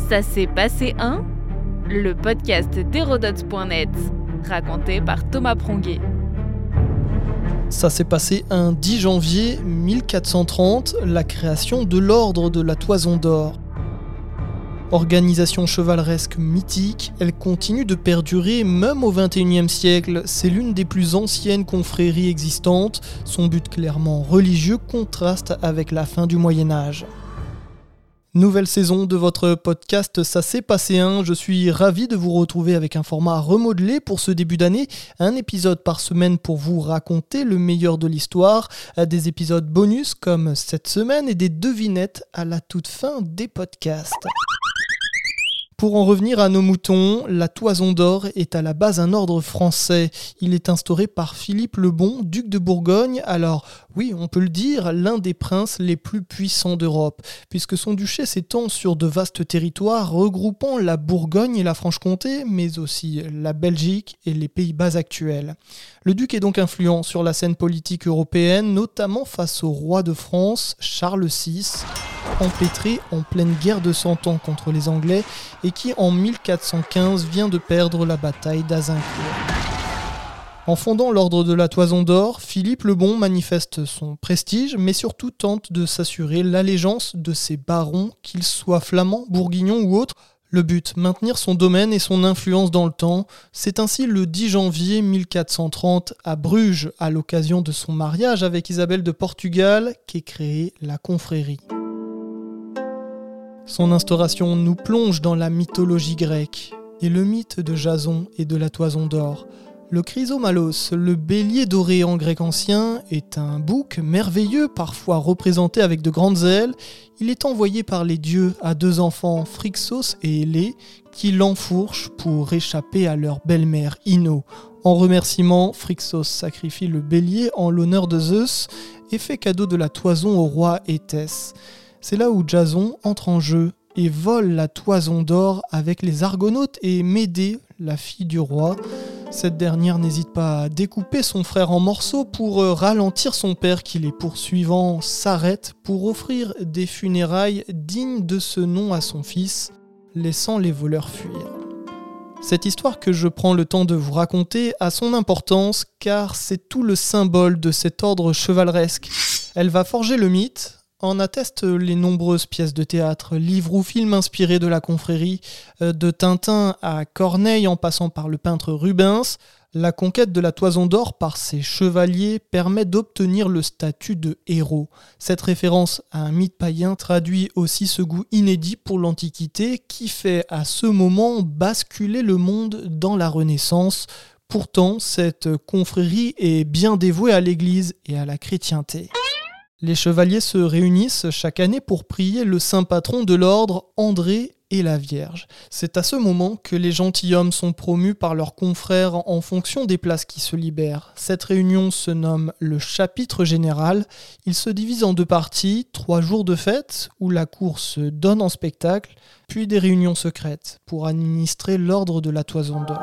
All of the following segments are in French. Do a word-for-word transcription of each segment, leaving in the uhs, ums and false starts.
Ça s'est passé un, le podcast d'Hérodote point net, raconté par Thomas Pronguet. Ça s'est passé un dix janvier mille quatre cent trente, la création de l'Ordre de la Toison d'Or. Organisation chevaleresque mythique, elle continue de perdurer même au vingt et unième siècle. C'est l'une des plus anciennes confréries existantes. Son but clairement religieux contraste avec la fin du Moyen-Âge. Nouvelle saison de votre podcast Ça s'est passé un. Je suis ravi de vous retrouver avec un format remodelé pour ce début d'année. Un épisode par semaine pour vous raconter le meilleur de l'histoire. Des épisodes bonus comme cette semaine et des devinettes à la toute fin des podcasts. Pour en revenir à nos moutons, la Toison d'Or est à la base un ordre français. Il est instauré par Philippe le Bon, duc de Bourgogne. Alors, oui, on peut le dire, l'un des princes les plus puissants d'Europe, puisque son duché s'étend sur de vastes territoires regroupant la Bourgogne et la Franche-Comté, mais aussi la Belgique et les Pays-Bas actuels. Le duc est donc influent sur la scène politique européenne, notamment face au roi de France, Charles six, empêtré en pleine guerre de Cent Ans contre les Anglais et qui en mille quatre cent quinze vient de perdre la bataille d'Azincourt. En fondant l'Ordre de la Toison d'Or, Philippe le Bon manifeste son prestige, mais surtout tente de s'assurer l'allégeance de ses barons, qu'ils soient flamands, bourguignons ou autres. Le but, maintenir son domaine et son influence dans le temps. C'est ainsi le dix janvier mille quatre cent trente, à Bruges, à l'occasion de son mariage avec Isabelle de Portugal, qu'est créée la confrérie. Son instauration nous plonge dans la mythologie grecque et le mythe de Jason et de la Toison d'Or. Le chrysomalos, le bélier doré en grec ancien, est un bouc merveilleux, parfois représenté avec de grandes ailes. Il est envoyé par les dieux à deux enfants, Phrixos et Hélé, qui l'enfourchent pour échapper à leur belle-mère Ino. En remerciement, Phrixos sacrifie le bélier en l'honneur de Zeus et fait cadeau de la toison au roi Éthès. C'est là où Jason entre en jeu et vole la Toison d'Or avec les Argonautes et Médée, la fille du roi. Cette dernière n'hésite pas à découper son frère en morceaux pour ralentir son père qui, les poursuivant, s'arrête pour offrir des funérailles dignes de ce nom à son fils, laissant les voleurs fuir. Cette histoire que je prends le temps de vous raconter a son importance car c'est tout le symbole de cet ordre chevaleresque. Elle va forger le mythe. En attestent les nombreuses pièces de théâtre, livres ou films inspirés de la confrérie, de Tintin à Corneille en passant par le peintre Rubens. La conquête de la Toison d'Or par ses chevaliers permet d'obtenir le statut de héros. Cette référence à un mythe païen traduit aussi ce goût inédit pour l'Antiquité qui fait à ce moment basculer le monde dans la Renaissance. Pourtant, cette confrérie est bien dévouée à l'Église et à la chrétienté. Les chevaliers se réunissent chaque année pour prier le saint patron de l'ordre, André et la Vierge. C'est à ce moment que les gentilshommes sont promus par leurs confrères en fonction des places qui se libèrent. Cette réunion se nomme le chapitre général. Il se divise en deux parties, trois jours de fête où la cour se donne en spectacle, puis des réunions secrètes pour administrer l'ordre de la Toison d'Or.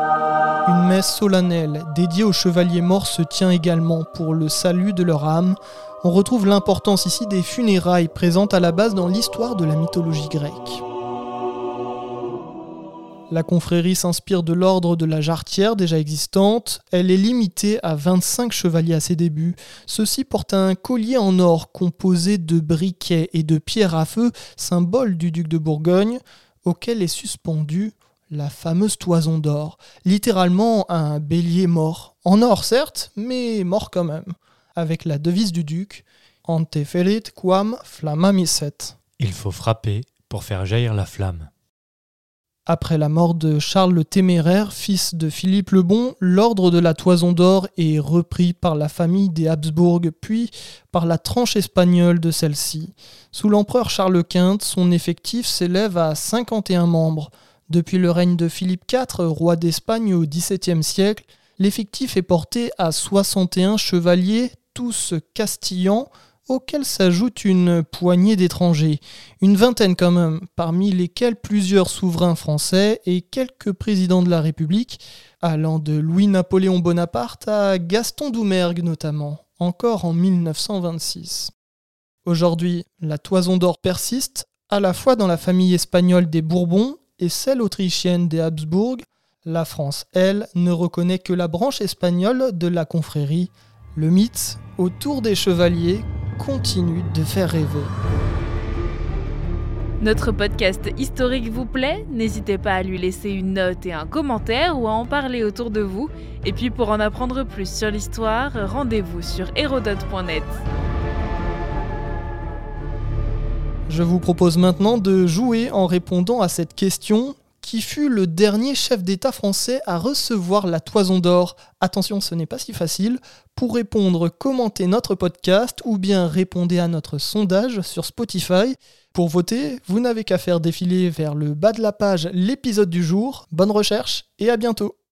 Une messe solennelle dédiée aux chevaliers morts se tient également pour le salut de leur âme. On retrouve l'importance ici des funérailles présentes à la base dans l'histoire de la mythologie grecque. La confrérie s'inspire de l'ordre de la Jarretière déjà existante. Elle est limitée à vingt-cinq chevaliers à ses débuts. Ceux-ci portent un collier en or composé de briquets et de pierres à feu, symbole du duc de Bourgogne, auquel est suspendue la fameuse Toison d'Or, littéralement un bélier mort. En or certes, mais mort quand même. Avec la devise du duc, « Ante ferit quam flamma misset ». Il faut frapper pour faire jaillir la flamme. Après la mort de Charles le Téméraire, fils de Philippe le Bon, l'ordre de la Toison d'Or est repris par la famille des Habsbourg, puis par la tranche espagnole de celle-ci. Sous l'empereur Charles Quint, son effectif s'élève à cinquante et un membres. Depuis le règne de Philippe quatre, roi d'Espagne au dix-septième siècle, l'effectif est porté à soixante et un chevaliers, tous castillans, auxquels s'ajoute une poignée d'étrangers, une vingtaine quand même, parmi lesquels plusieurs souverains français et quelques présidents de la République, allant de Louis-Napoléon Bonaparte à Gaston Doumergue notamment, encore en mille neuf cent vingt-six. Aujourd'hui, la Toison d'Or persiste, À la fois dans la famille espagnole des Bourbons et celle autrichienne des Habsbourg, la France, elle, ne reconnaît que la branche espagnole de la confrérie. Le mythe autour des chevaliers continue de faire rêver. Notre podcast historique vous plaît ? N'hésitez pas à lui laisser une note et un commentaire ou à en parler autour de vous. Et puis pour en apprendre plus sur l'histoire, rendez-vous sur hérodote point net. Je vous propose maintenant de jouer en répondant à cette question. Qui fut le dernier chef d'État français à recevoir la Toison d'Or ? Attention, ce n'est pas si facile. Pour répondre, commentez notre podcast ou bien répondez à notre sondage sur Spotify. Pour voter, vous n'avez qu'à faire défiler vers le bas de la page l'épisode du jour. Bonne recherche et à bientôt.